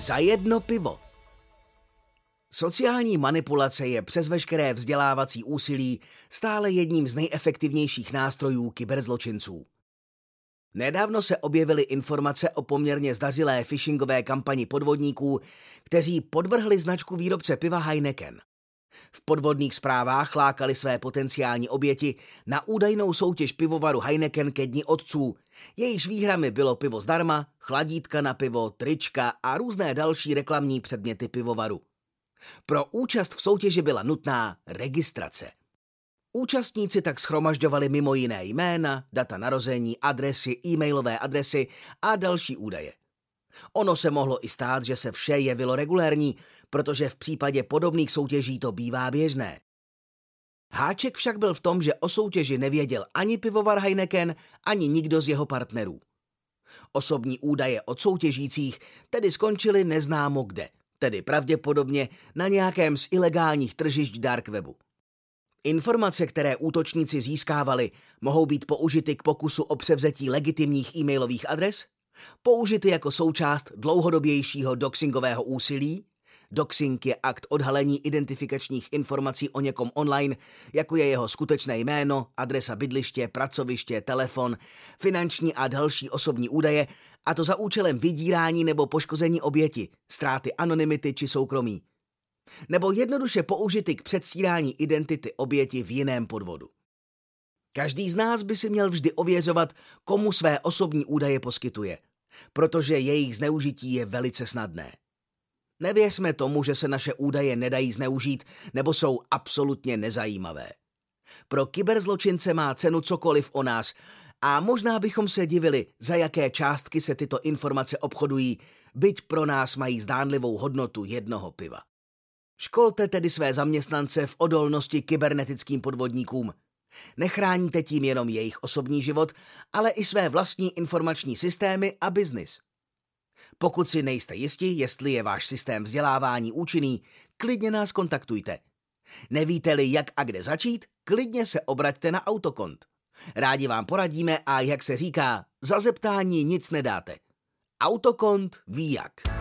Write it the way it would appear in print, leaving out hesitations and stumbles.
Za jedno pivo. Sociální manipulace je přes veškeré vzdělávací úsilí stále jedním z nejefektivnějších nástrojů kyberzločinců. Nedávno se objevily informace o poměrně zdařilé phishingové kampani podvodníků, kteří podvrhli značku výrobce piva Heineken. V podvodných zprávách lákali své potenciální oběti na údajnou soutěž pivovaru Heineken ke Dni otců. Jejichž výhrami bylo pivo zdarma, chladítka na pivo, trička a různé další reklamní předměty pivovaru. Pro účast v soutěži byla nutná registrace. Účastníci tak shromažďovali mimo jiné jména, data narození, adresy, e-mailové adresy a další údaje. Ono se mohlo i stát, že se vše jevilo regulérní, protože v případě podobných soutěží to bývá běžné. Háček však byl v tom, že o soutěži nevěděl ani pivovar Heineken, ani nikdo z jeho partnerů. Osobní údaje od soutěžících tedy skončily neznámo kde, tedy pravděpodobně na nějakém z ilegálních tržišť dark webu. Informace, které útočníci získávali, mohou být použity k pokusu o převzetí legitimních e-mailových adres, použity jako součást dlouhodobějšího doxingového úsilí. Doxing je akt odhalení identifikačních informací o někom online, jako je jeho skutečné jméno, adresa bydliště, pracoviště, telefon, finanční a další osobní údaje, a to za účelem vydírání nebo poškození oběti, ztráty anonymity či soukromí. Nebo jednoduše použity k předstírání identity oběti v jiném podvodu. Každý z nás by si měl vždy ověřovat, komu své osobní údaje poskytuje, protože jejich zneužití je velice snadné. Nevěřme tomu, že se naše údaje nedají zneužít nebo jsou absolutně nezajímavé. Pro kyberzločince má cenu cokoliv o nás a možná bychom se divili, za jaké částky se tyto informace obchodují, byť pro nás mají zdánlivou hodnotu jednoho piva. Školte tedy své zaměstnance v odolnosti kybernetickým podvodníkům. Nechráníte tím jenom jejich osobní život, ale i své vlastní informační systémy a biznis. Pokud si nejste jisti, jestli je váš systém vzdělávání účinný, klidně nás kontaktujte. Nevíte-li, jak a kde začít, klidně se obraťte na Autokont. Rádi vám poradíme a jak se říká, za zeptání nic nedáte. Autokont ví jak.